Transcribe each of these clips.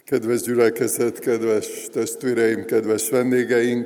Kedves gyülekezet, kedves testvéreim, kedves vendégeink!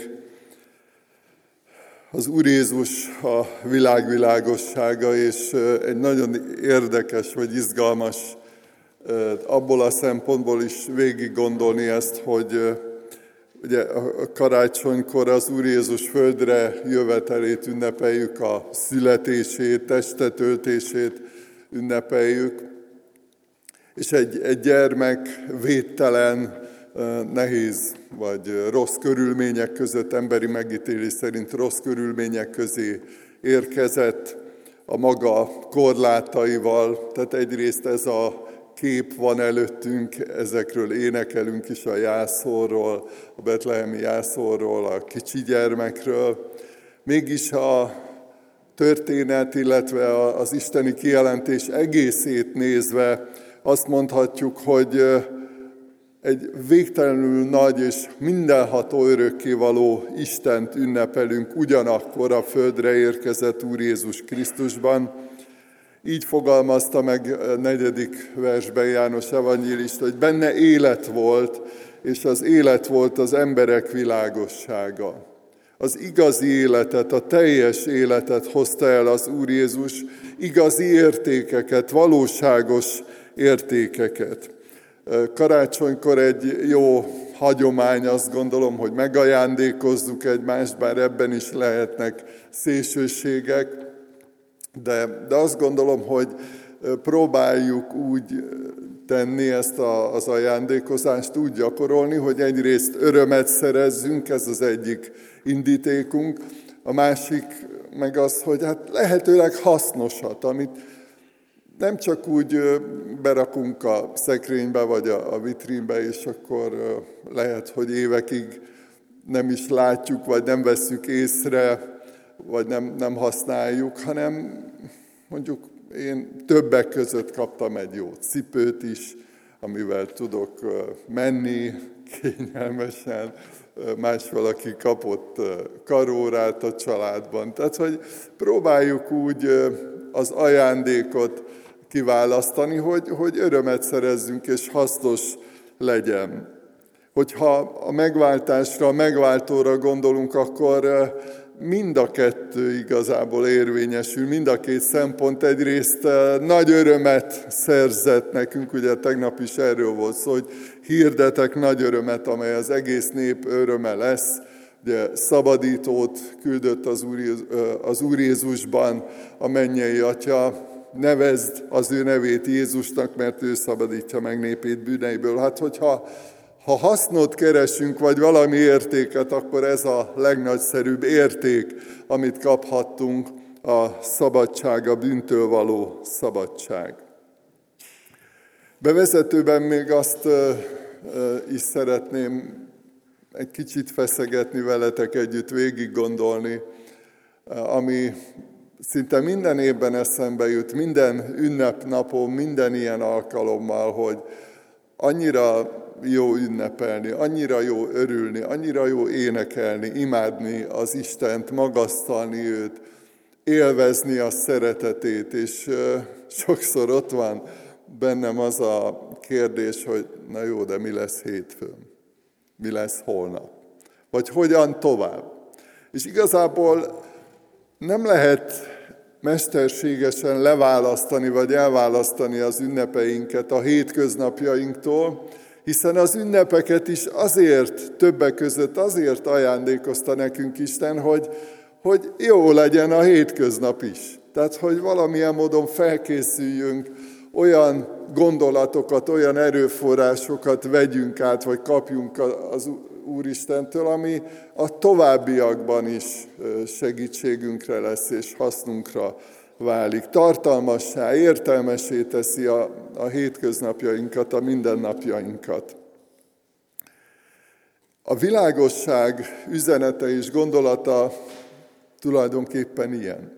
Az Úr Jézus a világ világossága, és egy nagyon érdekes vagy izgalmas abból a szempontból is végig gondolni ezt, hogy ugye a karácsonykor az Úr Jézus földre jövetelét ünnepeljük, a születését, testetöltését ünnepeljük, és egy gyermek védtelen, nehéz vagy rossz körülmények között, emberi megítélés szerint rossz körülmények közé érkezett a maga korlátaival. Tehát egyrészt ez a kép van előttünk, ezekről énekelünk is, a jászolról, a betlehemi jászolról, a kicsi gyermekről. Mégis a történet, illetve az isteni kijelentés egészét nézve azt mondhatjuk, hogy egy végtelenül nagy és mindenható örökkévaló Istent ünnepelünk ugyanakkor a földre érkezett Úr Jézus Krisztusban. Így fogalmazta meg 4. versben János evangélista, hogy benne élet volt, és az élet volt az emberek világossága. Az igazi életet, a teljes életet hozta el az Úr Jézus, igazi értékeket, valóságos értékeket. Karácsonykor egy jó hagyomány, azt gondolom, hogy megajándékozzuk egymást, bár ebben is lehetnek szélsőségek, de azt gondolom, hogy próbáljuk úgy tenni ezt az ajándékozást, úgy gyakorolni, hogy egyrészt örömet szerezzünk, ez az egyik indítékunk, a másik meg az, hogy hát lehetőleg hasznosat, amit nem csak úgy berakunk a szekrénybe vagy a vitrínbe, és akkor lehet, hogy évekig nem is látjuk, vagy nem vesszük észre, vagy nem használjuk, hanem mondjuk én többek között kaptam egy jó cipőt is, amivel tudok menni kényelmesen, más valaki kapott karórát a családban. Tehát, hogy próbáljuk úgy az ajándékot kiválasztani, hogy örömet szerezzünk és hasznos legyen. Hogyha a megváltásra, a megváltóra gondolunk, akkor mind a kettő igazából érvényesül, mind a két szempont. Egyrészt nagy örömet szerzett nekünk, ugye tegnap is erről volt szó, hogy hirdetek nagy örömet, amely az egész nép öröme lesz. Ugye szabadítót küldött az Úr Jézusban a mennyei Atya, nevezd az ő nevét Jézusnak, mert ő szabadítja meg népét bűneiből. Hát hogyha hasznot keresünk, vagy valami értéket, akkor ez a legnagyszerűbb érték, amit kaphattunk, a szabadság, a bűntől való szabadság. Bevezetőben még azt is szeretném egy kicsit feszegetni veletek együtt, végig gondolni, ami szinte minden évben eszembe jut, minden ünnepnapon, minden ilyen alkalommal, hogy annyira jó ünnepelni, annyira jó örülni, annyira jó énekelni, imádni az Istent, magasztalni őt, élvezni a szeretetét, és sokszor ott van bennem az a kérdés, hogy na jó, de mi lesz hétfőn? Mi lesz holnap? Vagy hogyan tovább? És igazából nem lehet mesterségesen leválasztani, vagy elválasztani az ünnepeinket a hétköznapjainktól, hiszen az ünnepeket is azért, többek között azért ajándékozta nekünk Isten, hogy jó legyen a hétköznap is. Tehát, hogy valamilyen módon felkészüljünk, olyan gondolatokat, olyan erőforrásokat vegyünk át, vagy kapjunk az Úristentől, ami a továbbiakban is segítségünkre lesz és hasznunkra válik. Tartalmassá, értelmessé teszi a hétköznapjainkat, a mindennapjainkat. A világosság üzenete és gondolata tulajdonképpen ilyen.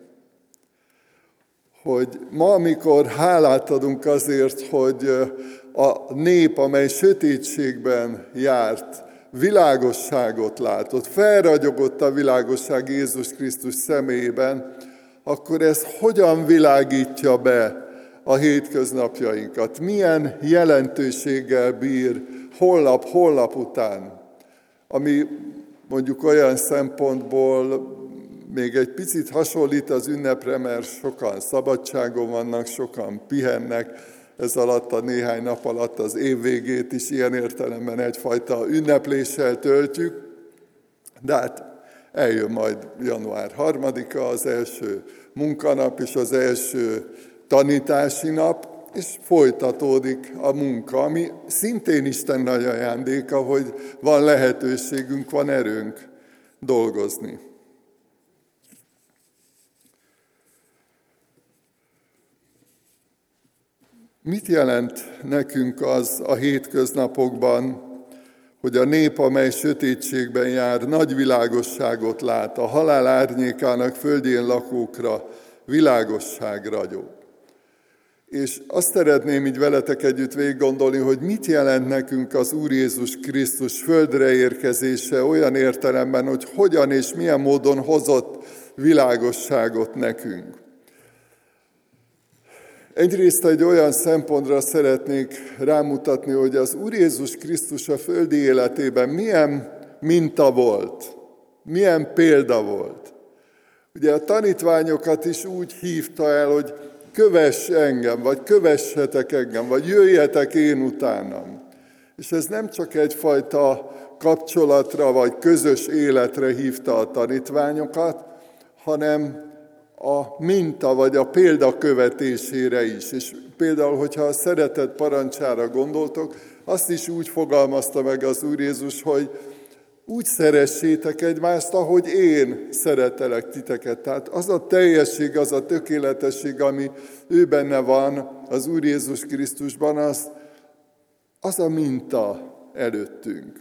Hogy ma, amikor hálát adunk azért, hogy a nép, amely sötétségben járt, világosságot látott, felragyogott a világosság Jézus Krisztus személyében, akkor ez hogyan világítja be a hétköznapjainkat? Milyen jelentőséggel bír, holnap után, ami mondjuk olyan szempontból még egy picit hasonlít az ünnepre, mert sokan szabadságon vannak, sokan pihennek, ez alatt a néhány nap alatt az év végét is ilyen értelemben egyfajta ünnepléssel töltjük, de hát eljön majd január 3-a, az első munkanap és az első tanítási nap, és folytatódik a munka, ami szintén Isten nagy ajándéka, hogy van lehetőségünk, van erőnk dolgozni. Mit jelent nekünk az a hétköznapokban, hogy a nép, amely sötétségben jár, nagy világosságot lát, a halál árnyékának földjén lakókra világosság ragyog. És azt szeretném így veletek együtt végiggondolni, hogy mit jelent nekünk az Úr Jézus Krisztus földre érkezése olyan értelemben, hogy hogyan és milyen módon hozott világosságot nekünk. Egyrészt egy olyan szempontra szeretnék rámutatni, hogy az Úr Jézus Krisztus a földi életében milyen minta volt, milyen példa volt. Ugye a tanítványokat is úgy hívta el, hogy kövess engem, vagy kövessetek engem, vagy jöjjetek én utánam. És ez nem csak egyfajta kapcsolatra, vagy közös életre hívta a tanítványokat, hanem a minta vagy a példa követésére is. És például, hogyha a szeretet parancsára gondoltok, azt is úgy fogalmazta meg az Úr Jézus, hogy úgy szeressétek egymást, ahogy én szeretelek titeket. Tehát az a teljesség, az a tökéletesség, ami ő benne van az Úr Jézus Krisztusban, az a minta előttünk.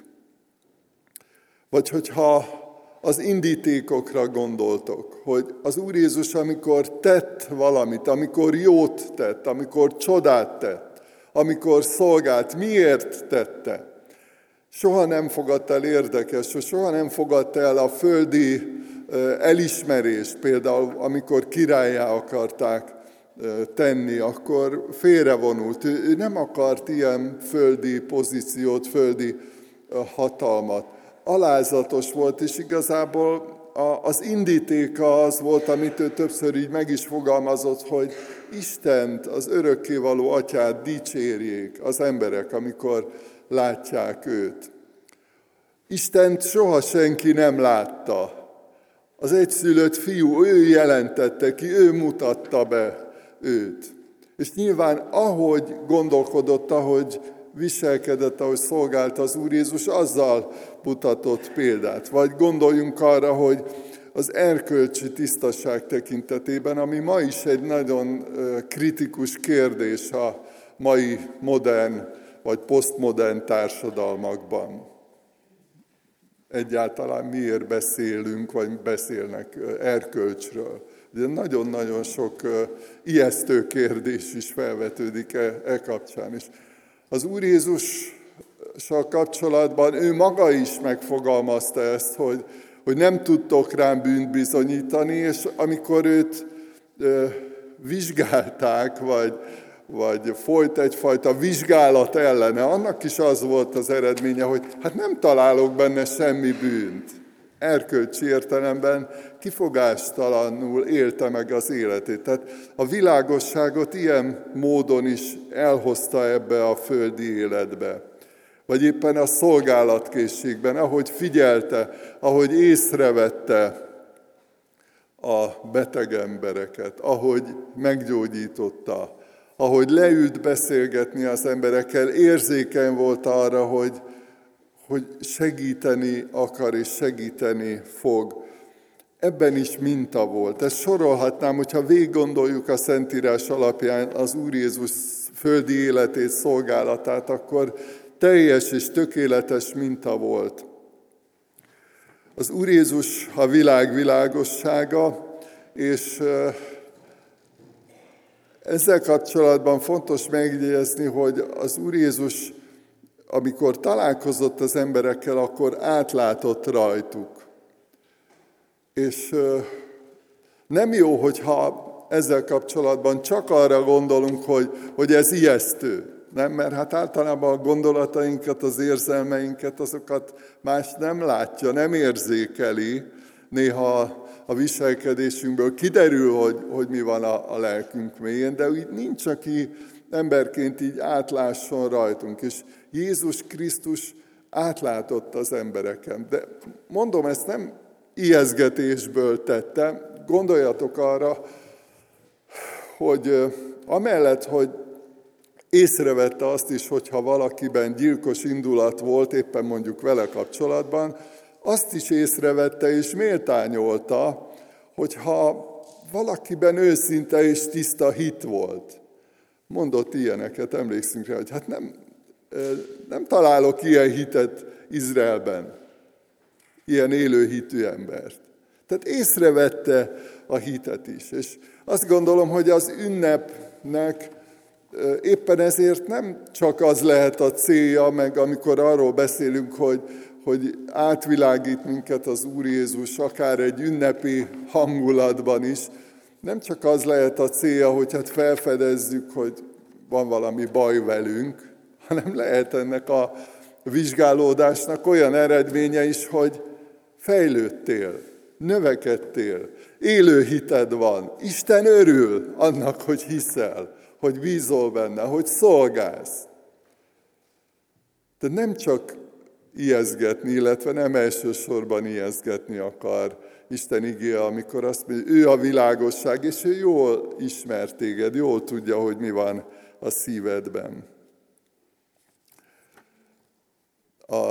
Vagy hogyha az indítékokra gondoltok, hogy az Úr Jézus, amikor tett valamit, amikor jót tett, amikor csodát tett, amikor szolgált, miért tette? Soha nem fogadta el érdekes, soha nem fogadta el a földi elismerést, például amikor királlyá akarták tenni, akkor félrevonult. Ő nem akart ilyen földi pozíciót, földi hatalmat. Alázatos volt, és igazából az indítéka az volt, amit ő többször így meg is fogalmazott, hogy Istent, az örökkévaló Atyát dicsérjék az emberek, amikor látják őt. Istent soha senki nem látta. Az egyszülött fiú, ő jelentette ki, ő mutatta be őt. És nyilván ahogy gondolkodott, ahogy viselkedett, ahogy szolgált az Úr Jézus, azzal mutatott példát. Vagy gondoljunk arra, hogy az erkölcsi tisztaság tekintetében, ami ma is egy nagyon kritikus kérdés a mai modern vagy posztmodern társadalmakban. Egyáltalán miért beszélünk, vagy beszélnek erkölcsről. Ugye nagyon-nagyon sok ijesztő kérdés is felvetődik e kapcsán is. Az Úr Jézussal kapcsolatban ő maga is megfogalmazta ezt, hogy nem tudtok rám bűnt bizonyítani, és amikor őt vizsgálták, vagy folyt egyfajta vizsgálat ellene, annak is az volt az eredménye, hogy hát nem találok benne semmi bűnt. Erkölcsi értelemben kifogástalanul élte meg az életét. Tehát a világosságot ilyen módon is elhozta ebbe a földi életbe. Vagy éppen a szolgálatkészségben, ahogy figyelte, ahogy észrevette a beteg embereket, ahogy meggyógyította, ahogy leült beszélgetni az emberekkel, érzékeny volt arra, hogy segíteni akar és segíteni fog. Ebben is minta volt. Ezt sorolhatnám, hogyha végiggondoljuk a Szentírás alapján az Úr Jézus földi életét, szolgálatát, akkor teljes és tökéletes minta volt. Az Úr Jézus a világ világossága, és ezzel kapcsolatban fontos megjegyezni, hogy az Úr Jézus, amikor találkozott az emberekkel, akkor átlátott rajtuk. És nem jó, hogyha ezzel kapcsolatban csak arra gondolunk, hogy ez ijesztő. Nem? Mert hát általában a gondolatainkat, az érzelmeinket, azokat más nem látja, nem érzékeli. Néha a viselkedésünkből kiderül, hogy mi van a lelkünk mélyén, de úgy nincs, aki emberként így átlásson rajtunk. És Jézus Krisztus átlátott az embereken. De mondom, ezt nem ijesztgetésből tettem. Gondoljatok arra, hogy amellett, hogy észrevette azt is, hogyha valakiben gyilkos indulat volt, éppen mondjuk vele kapcsolatban, azt is észrevette és méltányolta, hogyha valakiben őszinte és tiszta hit volt. Mondott ilyeneket, emlékszünk rá, hogy hát nem találok ilyen hitet Izraelben, ilyen élő hitű embert. Tehát észrevette a hitet is. És azt gondolom, hogy az ünnepnek éppen ezért nem csak az lehet a célja, meg amikor arról beszélünk, hogy átvilágít minket az Úr Jézus, akár egy ünnepi hangulatban is, nem csak az lehet a célja, hogy hát felfedezzük, hogy van valami baj velünk, hanem lehet ennek a vizsgálódásnak olyan eredménye is, hogy fejlődtél, növekedtél, élő hited van. Isten örül annak, hogy hiszel, hogy bízol benne, hogy szolgálsz. De nem csak ijesztgetni, illetve nem elsősorban ijesztgetni akar Isten igéje, amikor azt mondja, ő a világosság, és ő jól ismer téged, jól tudja, hogy mi van a szívedben. A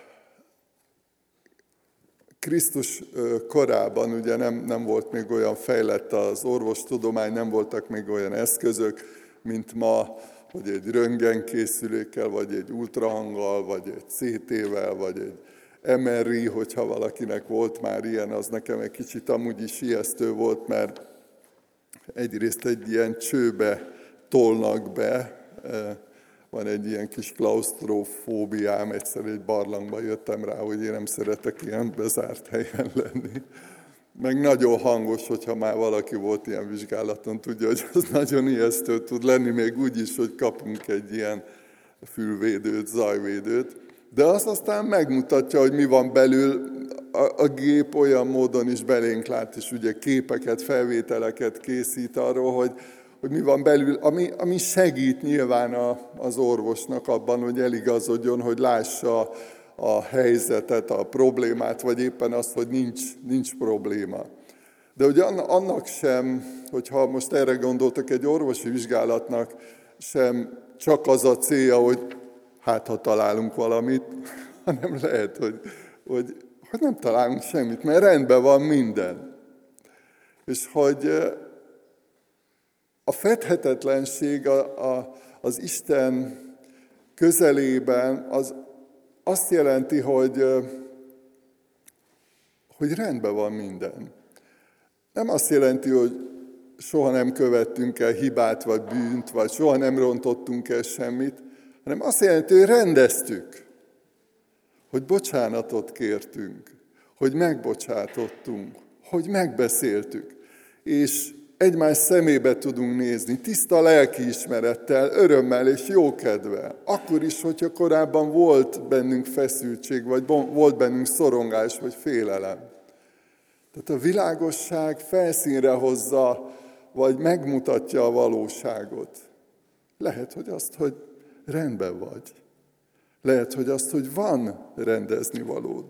Krisztus korában ugye nem volt még olyan fejlett az orvostudomány, nem voltak még olyan eszközök, mint ma, hogy egy röntgenkészülékkel, vagy egy ultrahanggal, vagy egy CT-vel, vagy egy MRI, hogyha valakinek volt már ilyen, az nekem egy kicsit amúgy is ijesztő volt, mert egyrészt egy ilyen csőbe tolnak be, van egy ilyen kis klausztrofóbiám, egyszer egy barlangba jöttem rá, hogy én nem szeretek ilyen bezárt helyen lenni. Meg nagyon hangos, hogyha már valaki volt ilyen vizsgálaton, tudja, hogy az nagyon ijesztő tud lenni, még úgy is, hogy kapunk egy ilyen fülvédőt, zajvédőt. De az aztán megmutatja, hogy mi van belül, a gép olyan módon is belénk lát, és ugye képeket, felvételeket készít arról, hogy mi van belül, ami segít nyilván az orvosnak abban, hogy eligazodjon, hogy lássa a helyzetet, a problémát, vagy éppen azt, hogy nincs probléma. De ugye annak sem, hogyha most erre gondoltak, egy orvosi vizsgálatnak sem csak az a célja, hogy hát ha találunk valamit, hanem lehet, hogy nem találunk semmit, mert rendben van minden. És hogy a fedhetetlenség az Isten közelében az azt jelenti, hogy rendben van minden. Nem azt jelenti, hogy soha nem követtünk el hibát vagy bűnt, vagy soha nem rontottunk el semmit, hanem azt jelenti, hogy rendeztük, hogy bocsánatot kértünk, hogy megbocsátottunk, hogy megbeszéltük, és egymás szemébe tudunk nézni, tiszta lelkiismerettel, örömmel és jókedvel. Akkor is, hogyha korábban volt bennünk feszültség, vagy volt bennünk szorongás, vagy félelem. Tehát a világosság felszínre hozza, vagy megmutatja a valóságot. Lehet, hogy azt, hogy rendben vagy. Lehet, hogy azt, hogy van rendezni valód.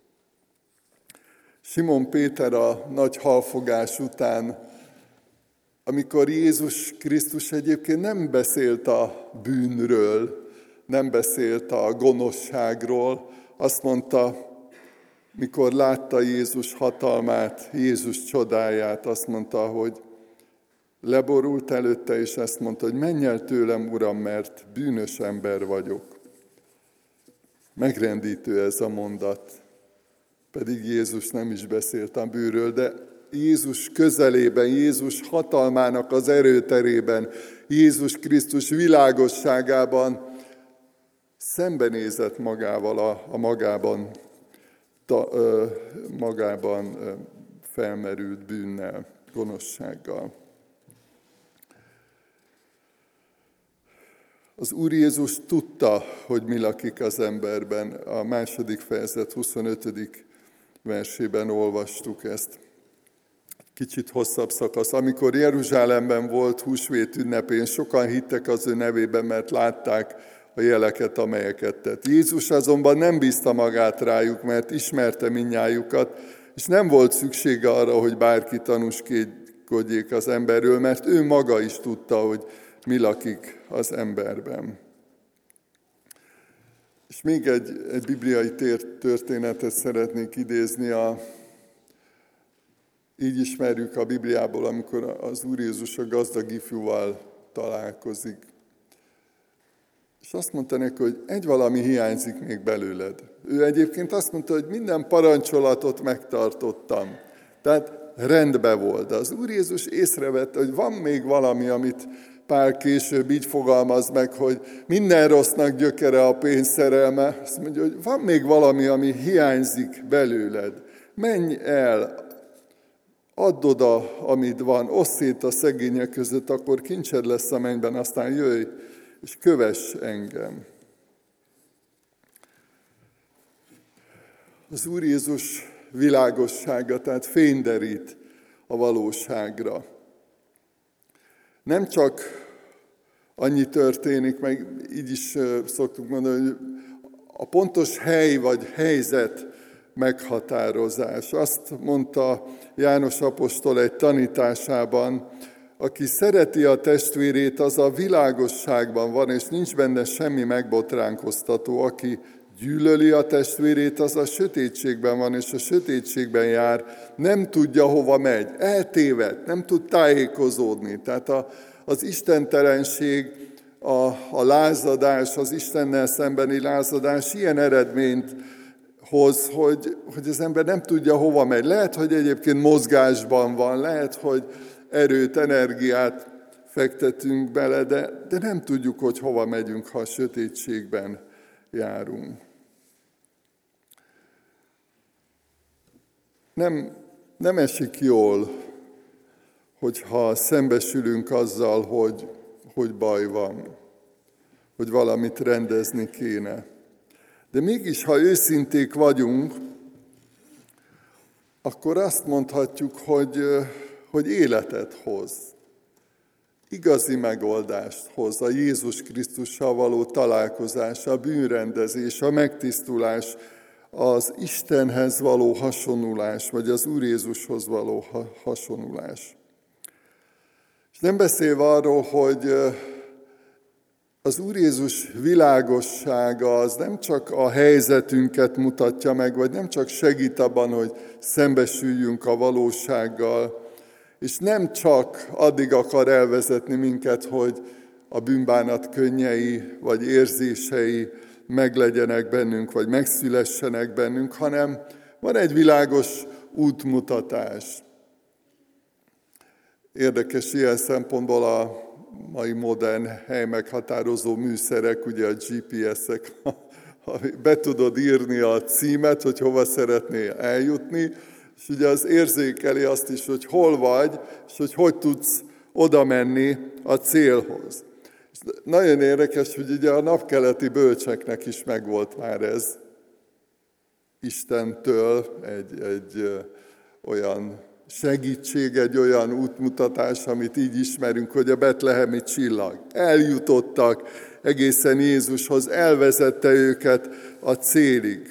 Simon Péter a nagy halfogás után, amikor Jézus Krisztus egyébként nem beszélt a bűnről, nem beszélt a gonoszságról, azt mondta, mikor látta Jézus hatalmát, Jézus csodáját, azt mondta, hogy leborult előtte, és ezt mondta, hogy menj el tőlem, Uram, mert bűnös ember vagyok. Megrendítő ez a mondat, pedig Jézus nem is beszélt a bűnről, de Jézus közelében, Jézus hatalmának az erőterében, Jézus Krisztus világosságában szembenézett magával, a magában felmerült bűnnel, gonoszsággal. Az Úr Jézus tudta, hogy mi lakik az emberben. A 2. fejezet 25. versében olvastuk ezt. Kicsit hosszabb szakasz. Amikor Jeruzsálemben volt húsvét ünnepén, sokan hittek az ő nevében, mert látták a jeleket, amelyeket tett. Jézus azonban nem bízta magát rájuk, mert ismerte mindnyájukat, és nem volt szüksége arra, hogy bárki tanúskodjék az emberről, mert ő maga is tudta, hogy mi lakik az emberben. És még egy bibliai történetet szeretnék idézni, így ismerjük a Bibliából, amikor az Úr Jézus a gazdag ifjúval találkozik. És azt mondta neki, hogy egy valami hiányzik még belőled. Ő egyébként azt mondta, hogy minden parancsolatot megtartottam. Tehát rendben volt. De az Úr Jézus észrevette, hogy van még valami, amit Pál később így fogalmaz meg, hogy minden rossznak gyökere a pénz szerelme. Azt mondja, hogy van még valami, ami hiányzik belőled. Menj el, add oda, amit van, osszd szét a szegények között, akkor kincsed lesz a mennyben, aztán jöjj, és kövess engem. Az Úr Jézus világossága, tehát fényderít a valóságra. Nem csak annyi történik, meg így is szoktuk mondani, hogy a pontos hely vagy helyzet meghatározás. Azt mondta János apostol egy tanításában, aki szereti a testvérét, az a világosságban van, és nincs benne semmi megbotránkoztató. Aki gyűlöli a testvérét, az a sötétségben van, és a sötétségben jár, nem tudja, hova megy, eltéved, nem tud tájékozódni. Tehát az istentelenség, a lázadás, az Istennel szembeni lázadás ilyen eredményt hoz, hogy az ember nem tudja, hova megy. Lehet, hogy egyébként mozgásban van, lehet, hogy erőt, energiát fektetünk bele, de nem tudjuk, hogy hova megyünk, ha a sötétségben járunk. Nem esik jól, hogyha szembesülünk azzal, hogy baj van, hogy valamit rendezni kéne. De mégis, ha őszinték vagyunk, akkor azt mondhatjuk, hogy életet hoz. Igazi megoldást hoz a Jézus Krisztussal való találkozás, a bűnrendezés, a megtisztulás, az Istenhez való hasonulás, vagy az Úr Jézushoz való hasonulás. És nem beszélve arról, hogy az Úr Jézus világossága az nem csak a helyzetünket mutatja meg, vagy nem csak segít abban, hogy szembesüljünk a valósággal, és nem csak addig akar elvezetni minket, hogy a bűnbánat könnyei vagy érzései meglegyenek bennünk, vagy megszülessenek bennünk, hanem van egy világos útmutatás. Érdekes ilyen szempontból a mai modern helymeghatározó műszerek, ugye a GPS-ek, be tudod írni a címet, hogy hova szeretnél eljutni, és ugye az érzékeli azt is, hogy hol vagy, és hogy tudsz oda menni a célhoz. És nagyon érdekes, hogy ugye a napkeleti bölcseknek is megvolt már ez Istentől egy olyan segítség, egy olyan útmutatás, amit így ismerünk, hogy a betlehemi csillag. Eljutottak egészen Jézushoz, elvezette őket a célig.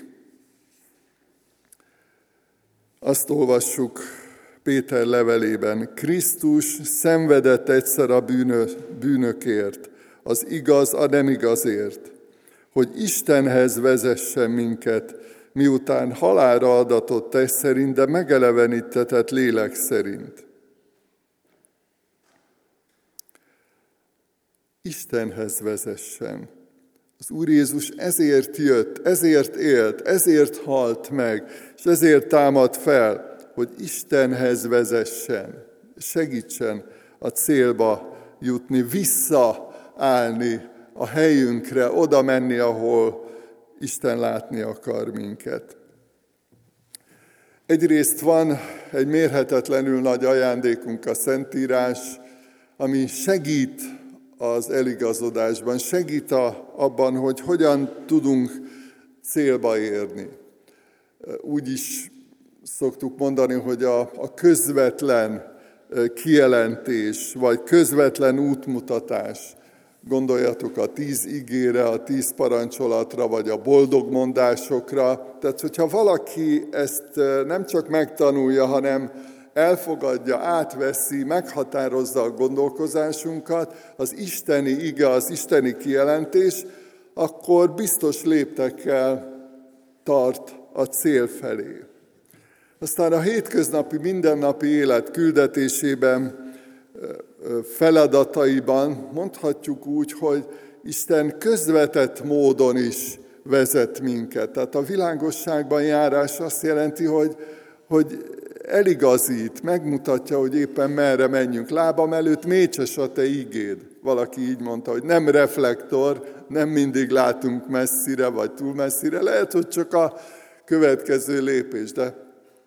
Azt olvassuk Péter levelében, Krisztus szenvedett egyszer a bűnökért, az igaz a nem igazért, hogy Istenhez vezessen minket, miután halálra adatott test szerint, de megelevenítetett lélek szerint. Istenhez vezessen. Az Úr Jézus ezért jött, ezért élt, ezért halt meg, és ezért támad fel, hogy Istenhez vezessen, segítsen a célba jutni, visszaállni a helyünkre, oda menni, ahol Isten látni akar minket. Egyrészt van egy mérhetetlenül nagy ajándékunk, a Szentírás, ami segít az eligazodásban, segít abban, hogy hogyan tudunk célba érni. Úgy is szoktuk mondani, hogy a közvetlen kijelentés, vagy közvetlen útmutatás, gondoljatok a 10 igére, a 10 parancsolatra, vagy a boldog mondásokra. Tehát, hogyha valaki ezt nem csak megtanulja, hanem elfogadja, átveszi, meghatározza a gondolkozásunkat, az isteni ige, az isteni kijelentés, akkor biztos léptekkel tart a cél felé. Aztán a hétköznapi, mindennapi élet küldetésében, feladataiban mondhatjuk úgy, hogy Isten közvetett módon is vezet minket. Tehát a világosságban járás azt jelenti, hogy eligazít, megmutatja, hogy éppen merre menjünk. Lábam előtt mécses a te igéd. Valaki így mondta, hogy nem reflektor, nem mindig látunk messzire, vagy túl messzire. Lehet, hogy csak a következő lépés, de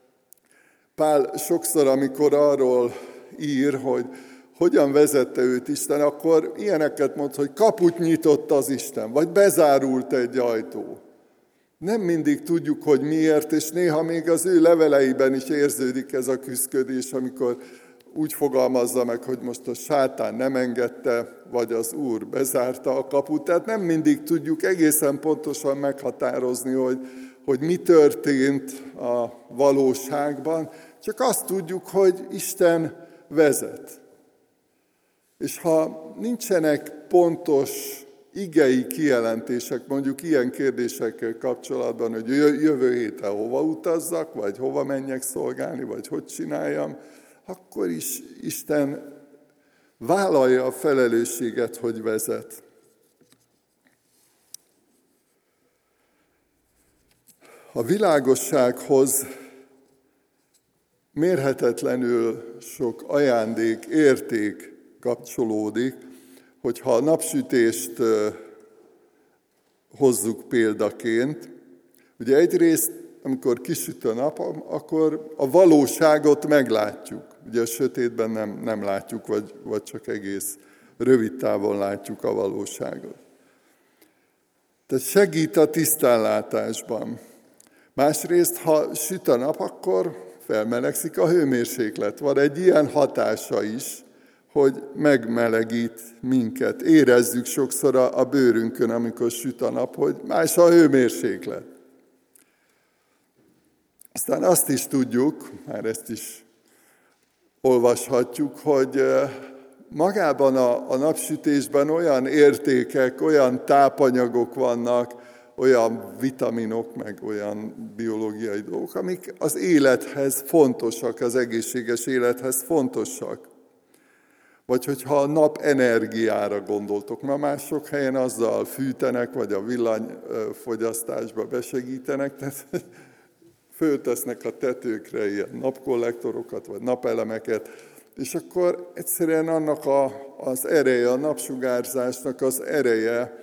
Pál sokszor, amikor arról ír, hogy hogyan vezette őt Isten, akkor ilyeneket mond, hogy kaput nyitott az Isten, vagy bezárult egy ajtó. Nem mindig tudjuk, hogy miért, és néha még az ő leveleiben is érződik ez a küszködés, amikor úgy fogalmazza meg, hogy most a sátán nem engedte, vagy az Úr bezárta a kaput. Tehát nem mindig tudjuk egészen pontosan meghatározni, hogy mi történt a valóságban, csak azt tudjuk, hogy Isten vezet. És ha nincsenek pontos igei kijelentések, mondjuk ilyen kérdésekkel kapcsolatban, hogy jövő héten hova utazzak, vagy hova menjek szolgálni, vagy hogy csináljam, akkor is Isten vállalja a felelősséget, hogy vezet. A világossághoz mérhetetlenül sok ajándék, érték kapcsolódik, hogyha a napsütést hozzuk példaként. Ugye egyrészt, amikor kisüt a nap, akkor a valóságot meglátjuk. Ugye a sötétben nem látjuk, vagy csak egész rövid távon látjuk a valóságot. Tehát segít a tisztánlátásban. Másrészt, ha süt a nap, akkor felmelegszik a hőmérséklet. Van egy ilyen hatása is, hogy megmelegít minket. Érezzük sokszor a bőrünkön, amikor süt a nap, hogy más a hőmérséklet. Aztán azt is tudjuk, már ezt is olvashatjuk, hogy magában a napsütésben olyan értékek, olyan tápanyagok vannak, olyan vitaminok, meg olyan biológiai dolgok, amik az élethez fontosak, az egészséges élethez fontosak. Vagy hogyha a nap energiára gondoltok, ma már sok helyen azzal fűtenek, vagy a villanyfogyasztásba besegítenek, tehát föltesznek a tetőkre ilyen napkollektorokat, vagy napelemeket, és akkor egyszerűen annak az ereje, a napsugárzásnak az ereje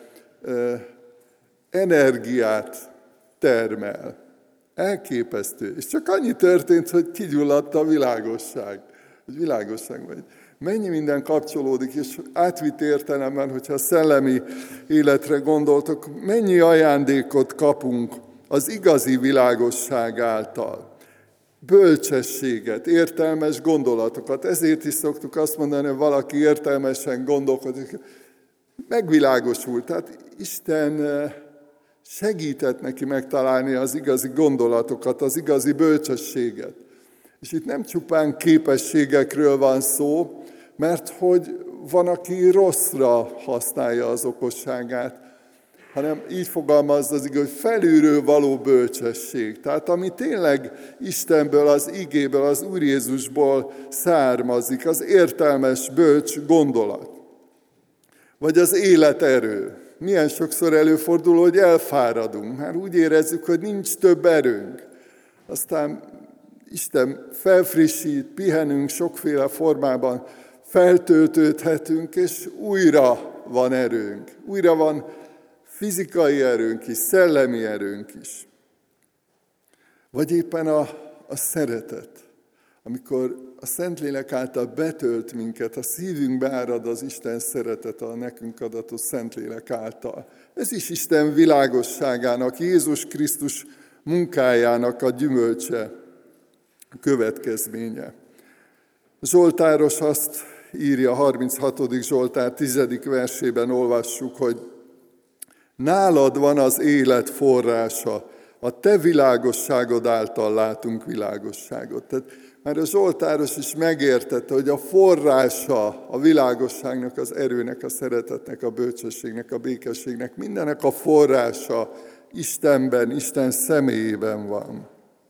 energiát termel. Elképesztő. És csak annyi történt, hogy kigyulladt a világosság. Hogy világosság vagy. Mennyi minden kapcsolódik, és átvitt értelemben, hogyha a szellemi életre gondoltok, mennyi ajándékot kapunk az igazi világosság által. Bölcsességet, értelmes gondolatokat. Ezért is szoktuk azt mondani, hogy valaki értelmesen gondolkodik. Megvilágosult. Tehát Isten segített neki megtalálni az igazi gondolatokat, az igazi bölcsességet. És itt nem csupán képességekről van szó, mert hogy van, aki rosszra használja az okosságát, hanem így fogalmazza az igaz, hogy felülről való bölcsesség. Tehát ami tényleg Istenből, az igéből, az Úr Jézusból származik, az értelmes, bölcs gondolat. Vagy az életerő. Milyen sokszor előfordul, hogy elfáradunk, már úgy érezzük, hogy nincs több erőnk. Aztán Isten felfrissít, pihenünk sokféle formában, feltöltődhetünk, és újra van erőnk. Újra van fizikai erőnk is, szellemi erőnk is. Vagy éppen a szeretet, amikor a Szentlélek által betölt minket, a szívünkbe árad az Isten szeretete a nekünk adatos Szentlélek által. Ez is Isten világosságának, Jézus Krisztus munkájának a gyümölcse, a következménye. Zsoltáros azt írja, a 36. Zsoltár 10. versében olvassuk, hogy nálad van az élet forrása, a te világosságod által látunk világosságot. Tehát már a Zsoltáros is megértette, hogy a forrása a világosságnak, az erőnek, a szeretetnek, a bölcsességnek, a békességnek, mindennek a forrása Istenben, Isten személyében van.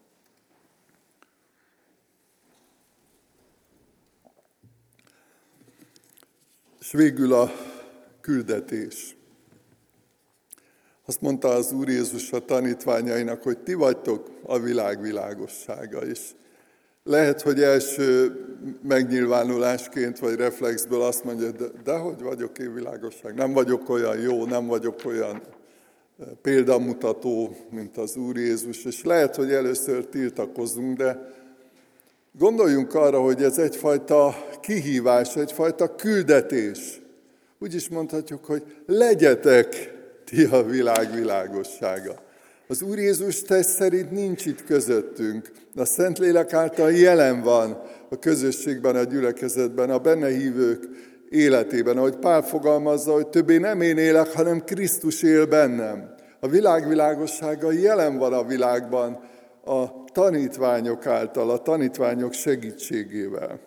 És végül a küldetés. Azt mondta az Úr Jézus a tanítványainak, hogy ti vagytok a világ világossága. És lehet, hogy első megnyilvánulásként vagy reflexből azt mondja, de hogy vagyok én világosság? Nem vagyok olyan jó, nem vagyok olyan példamutató, mint az Úr Jézus. És lehet, hogy először tiltakozunk, de gondoljunk arra, hogy ez egyfajta kihívás, egyfajta küldetés. Úgy is mondhatjuk, hogy legyetek ti a világ világossága. Az Úr Jézus test szerint nincs itt közöttünk, de a Szentlélek által jelen van a közösségben, a gyülekezetben, a benne hívők életében. Ahogy Pál fogalmazza, hogy többé nem én élek, hanem Krisztus él bennem. A világ világossága jelen van a világban a tanítványok által, a tanítványok segítségével.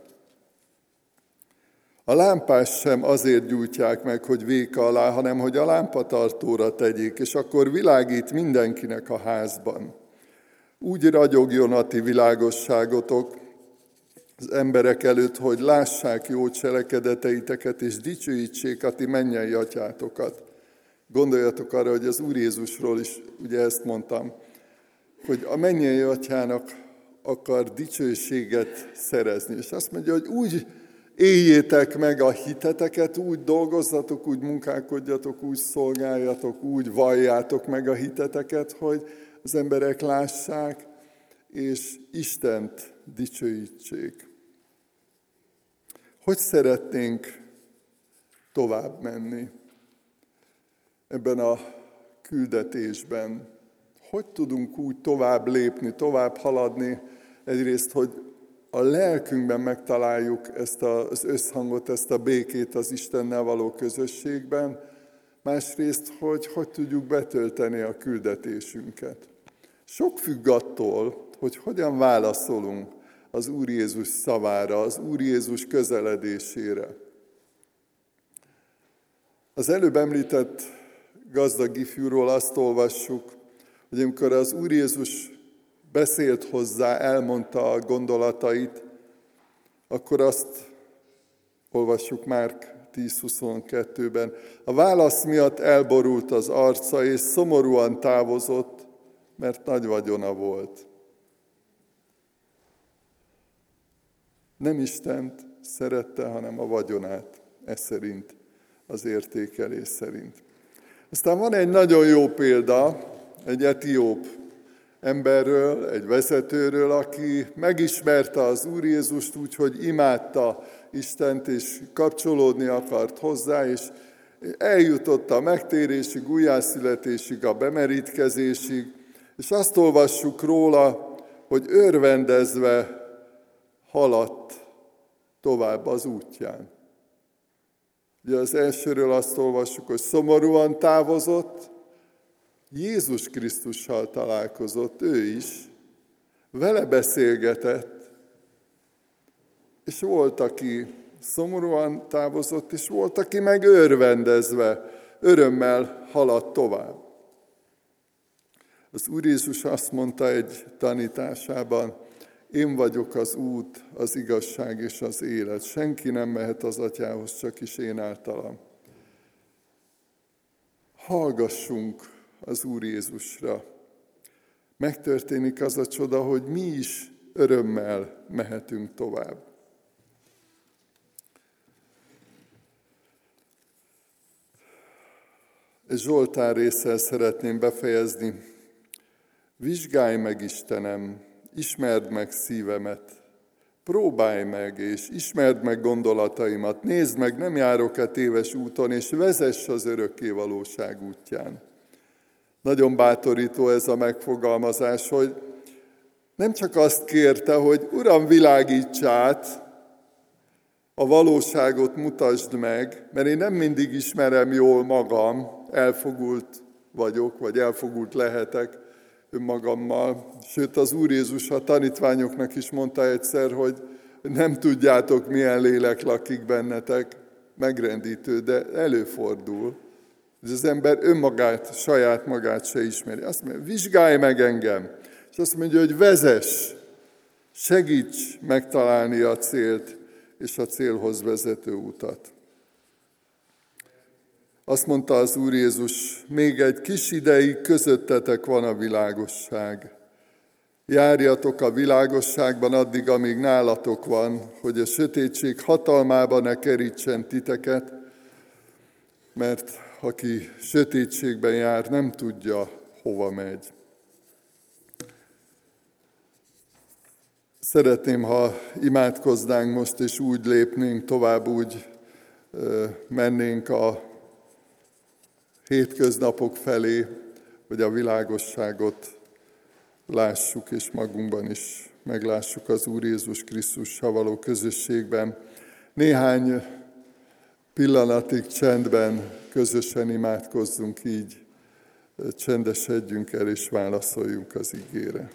A lámpás sem azért gyújtják meg, hogy véka alá, hanem hogy a lámpatartóra tegyék, és akkor világít mindenkinek a házban. Úgy ragyogjon a ti világosságotok az emberek előtt, hogy lássák jó cselekedeteiteket, és dicsőítsék a ti mennyei atyátokat. Gondoljatok arra, hogy az Úr Jézusról is ugye ezt mondtam, hogy a mennyei atyának akar dicsőséget szerezni. És azt mondja, hogy úgy éljétek meg a hiteteket, úgy dolgozzatok, úgy munkálkodjatok, úgy szolgáljatok, úgy valljátok meg a hiteteket, hogy az emberek lássák, és Istent dicsőítsék. Hogy szeretnénk tovább menni ebben a küldetésben? Hogy tudunk úgy tovább lépni, tovább haladni? Egyrészt, hogy a lelkünkben megtaláljuk ezt az összhangot, ezt a békét az Istennel való közösségben, másrészt, hogy tudjuk betölteni a küldetésünket. Sok függ attól, hogy hogyan válaszolunk az Úr Jézus szavára, az Úr Jézus közeledésére. Az előbb említett gazdag ifjúról azt olvassuk, hogy amikor az Úr Jézus beszélt hozzá, elmondta a gondolatait, akkor azt olvassuk Márk 10.22-ben. A válasz miatt elborult az arca, és szomorúan távozott, mert nagy vagyona volt. Nem Istent szerette, hanem a vagyonát, ez szerint, az értékelés szerint. Aztán van egy nagyon jó példa, egy etióp emberről, egy vezetőről, aki megismerte az Úr Jézust úgy, hogy imádta Istent, és kapcsolódni akart hozzá, és eljutott a megtérésig, újjászületésig, a bemerítkezésig, és azt olvassuk róla, hogy örvendezve haladt tovább az útján. Ugye az elsőről azt olvassuk, hogy szomorúan távozott, Jézus Krisztussal találkozott, ő is, vele beszélgetett, és volt, aki szomorúan távozott, és volt, aki meg örvendezve, örömmel haladt tovább. Az Úr Jézus azt mondta egy tanításában, én vagyok az út, az igazság és az élet. Senki nem mehet az Atyához, csak is én általam. Hallgassunk az Úr Jézusra. Megtörténik az a csoda, hogy mi is örömmel mehetünk tovább. Egy Zsoltár résszel szeretném befejezni. Vizsgálj meg, Istenem, ismerd meg szívemet, próbálj meg, és ismerd meg gondolataimat, nézd meg, nem járok-e téves úton, és vezess az örökké valóság útján. Nagyon bátorító ez a megfogalmazás, hogy nem csak azt kérte, hogy Uram, világíts át, a valóságot mutasd meg, mert én nem mindig ismerem jól magam, elfogult vagyok, vagy elfogult lehetek önmagammal. Sőt, az Úr Jézus a tanítványoknak is mondta egyszer, hogy nem tudjátok, milyen lélek lakik bennetek, megrendítő, de előfordul. És az ember önmagát, saját magát se ismeri. Azt mondja, vizsgálj meg engem. És azt mondja, hogy vezess, segíts megtalálni a célt, és a célhoz vezető utat. Azt mondta az Úr Jézus, még egy kis ideig közöttetek van a világosság. Járjatok a világosságban addig, amíg nálatok van, hogy a sötétség hatalmába ne kerítsen titeket, mert aki sötétségben jár, nem tudja, hova megy. Szeretném, ha imádkoznánk most, és úgy lépnénk tovább, úgy mennénk a hétköznapok felé, hogy a világosságot lássuk, és magunkban is meglássuk az Úr Jézus Krisztussal való közösségben. Néhány pillanatig csendben közösen imádkozzunk így, csendesedjünk el, és válaszoljunk az igére.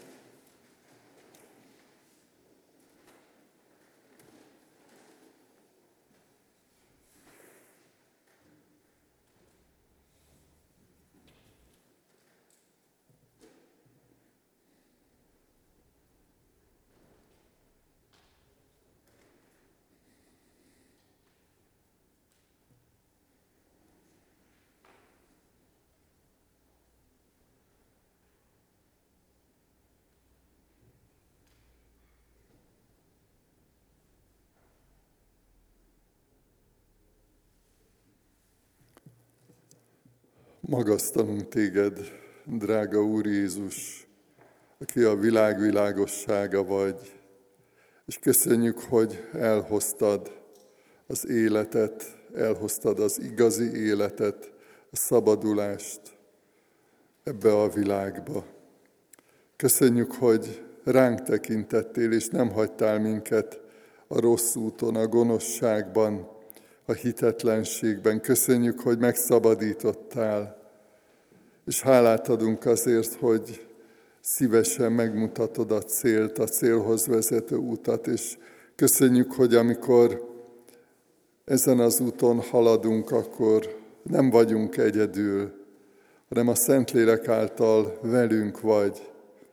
Magasztalunk téged, drága Úr Jézus, aki a világ világossága vagy, és köszönjük, hogy elhoztad az életet, elhoztad az igazi életet, a szabadulást ebbe a világba. Köszönjük, hogy ránk tekintettél, és nem hagytál minket a rossz úton, a gonoszságban, a hitetlenségben. Köszönjük, hogy megszabadítottál, és hálát adunk azért, hogy szívesen megmutatod a célt, a célhoz vezető utat, és köszönjük, hogy amikor ezen az úton haladunk, akkor nem vagyunk egyedül, hanem a Szentlélek által velünk vagy.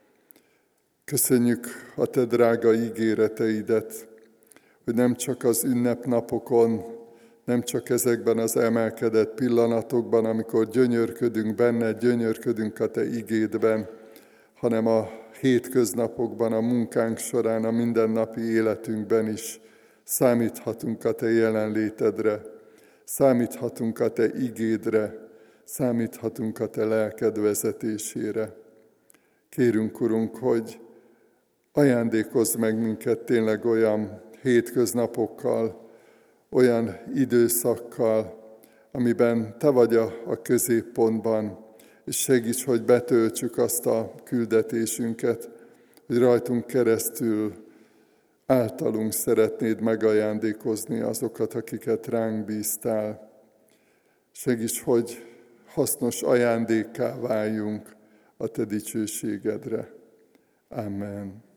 Köszönjük a te drága ígéreteidet, hogy nem csak az ünnepnapokon, nem csak ezekben az emelkedett pillanatokban, amikor gyönyörködünk benned, gyönyörködünk a te igédben, hanem a hétköznapokban, a munkánk során, a mindennapi életünkben is számíthatunk a te jelenlétedre, számíthatunk a te igédre, számíthatunk a te lelked vezetésére. Kérünk, Urunk, hogy ajándékozz meg minket tényleg olyan hétköznapokkal, olyan időszakkal, amiben te vagy a középpontban, és segíts, hogy betöltsük azt a küldetésünket, hogy rajtunk keresztül általunk szeretnéd megajándékozni azokat, akiket ránk bíztál. Segíts, hogy hasznos ajándékká váljunk a te dicsőségedre. Amen.